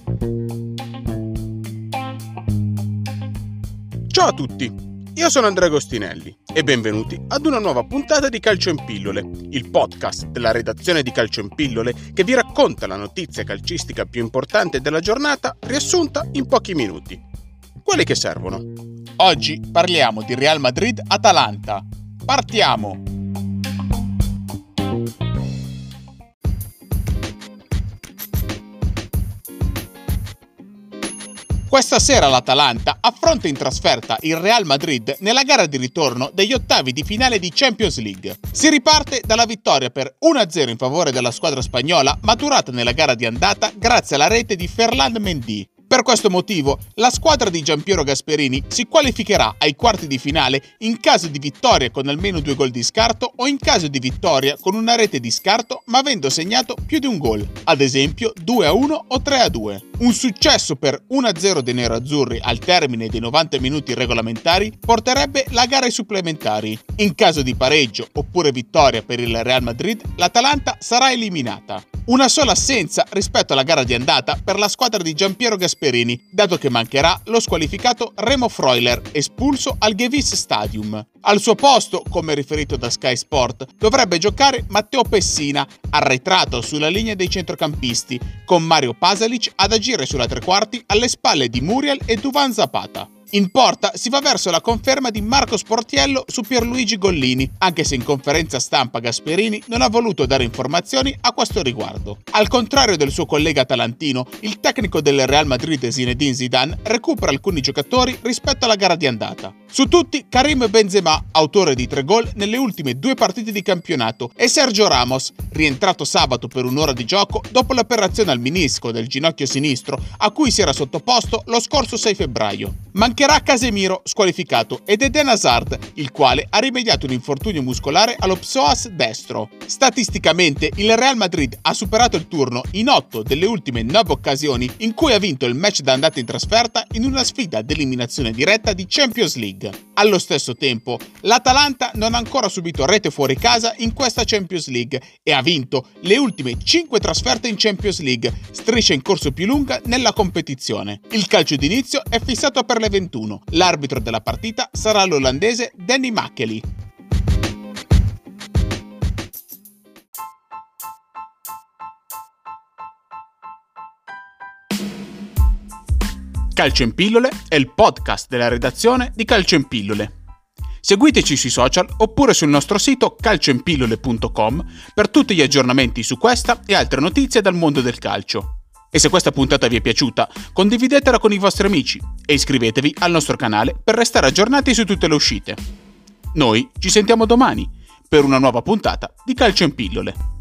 Ciao a tutti, io sono Andrea Agostinelli e benvenuti ad una nuova puntata di Calcio in Pillole, il podcast della redazione di Calcio in Pillole che vi racconta la notizia calcistica più importante della giornata riassunta in pochi minuti. Quelli che servono. Oggi parliamo di Real Madrid-Atalanta. Partiamo! Questa sera l'Atalanta affronta in trasferta il Real Madrid nella gara di ritorno degli ottavi di finale di Champions League. Si riparte dalla vittoria per 1-0 in favore della squadra spagnola maturata nella gara di andata grazie alla rete di Ferland Mendy. Per questo motivo, la squadra di Giampiero Gasperini si qualificherà ai quarti di finale in caso di vittoria con almeno 2 gol di scarto o in caso di vittoria con una rete di scarto ma avendo segnato più di un gol, ad esempio 2-1 o 3-2. Un successo per 1-0 dei nerazzurri al termine dei 90 minuti regolamentari porterebbe la gara ai supplementari. In caso di pareggio oppure vittoria per il Real Madrid, l'Atalanta sarà eliminata. Una sola assenza rispetto alla gara di andata per la squadra di Giampiero Gasperini, dato che mancherà lo squalificato Remo Freuler, espulso al Gewiss Stadium. Al suo posto, come riferito da Sky Sport, dovrebbe giocare Matteo Pessina, arretrato sulla linea dei centrocampisti, con Mario Pasalic ad agire sulla tre quarti alle spalle di Muriel e Duvan Zapata. In porta si va verso la conferma di Marco Sportiello su Pierluigi Gollini, anche se in conferenza stampa Gasperini non ha voluto dare informazioni a questo riguardo. Al contrario del suo collega atalantino, il tecnico del Real Madrid Zinedine Zidane recupera alcuni giocatori rispetto alla gara di andata. Su tutti Karim Benzema, autore di 3 gol nelle ultime 2 partite di campionato, e Sergio Ramos, rientrato sabato per un'ora di gioco dopo l'operazione al menisco del ginocchio sinistro a cui si era sottoposto lo scorso 6 febbraio. Mancherà Casemiro, squalificato, ed Eden Hazard, il quale ha rimediato un infortunio muscolare allo psoas destro. Statisticamente, il Real Madrid ha superato il turno in 8 delle ultime 9 occasioni in cui ha vinto il match d'andata in trasferta in una sfida d'eliminazione diretta di Champions League. Allo stesso tempo, l'Atalanta non ha ancora subito rete fuori casa in questa Champions League e ha vinto le ultime 5 trasferte in Champions League, striscia in corso più lunga nella competizione. Il calcio d'inizio è fissato per le 21. L'arbitro della partita sarà l'olandese Danny Makely. Calcio in Pillole è il podcast della redazione di Calcio in Pillole. Seguiteci sui social oppure sul nostro sito calcioinpillole.com per tutti gli aggiornamenti su questa e altre notizie dal mondo del calcio. E se questa puntata vi è piaciuta, condividetela con i vostri amici e iscrivetevi al nostro canale per restare aggiornati su tutte le uscite. Noi ci sentiamo domani per una nuova puntata di Calcio in Pillole.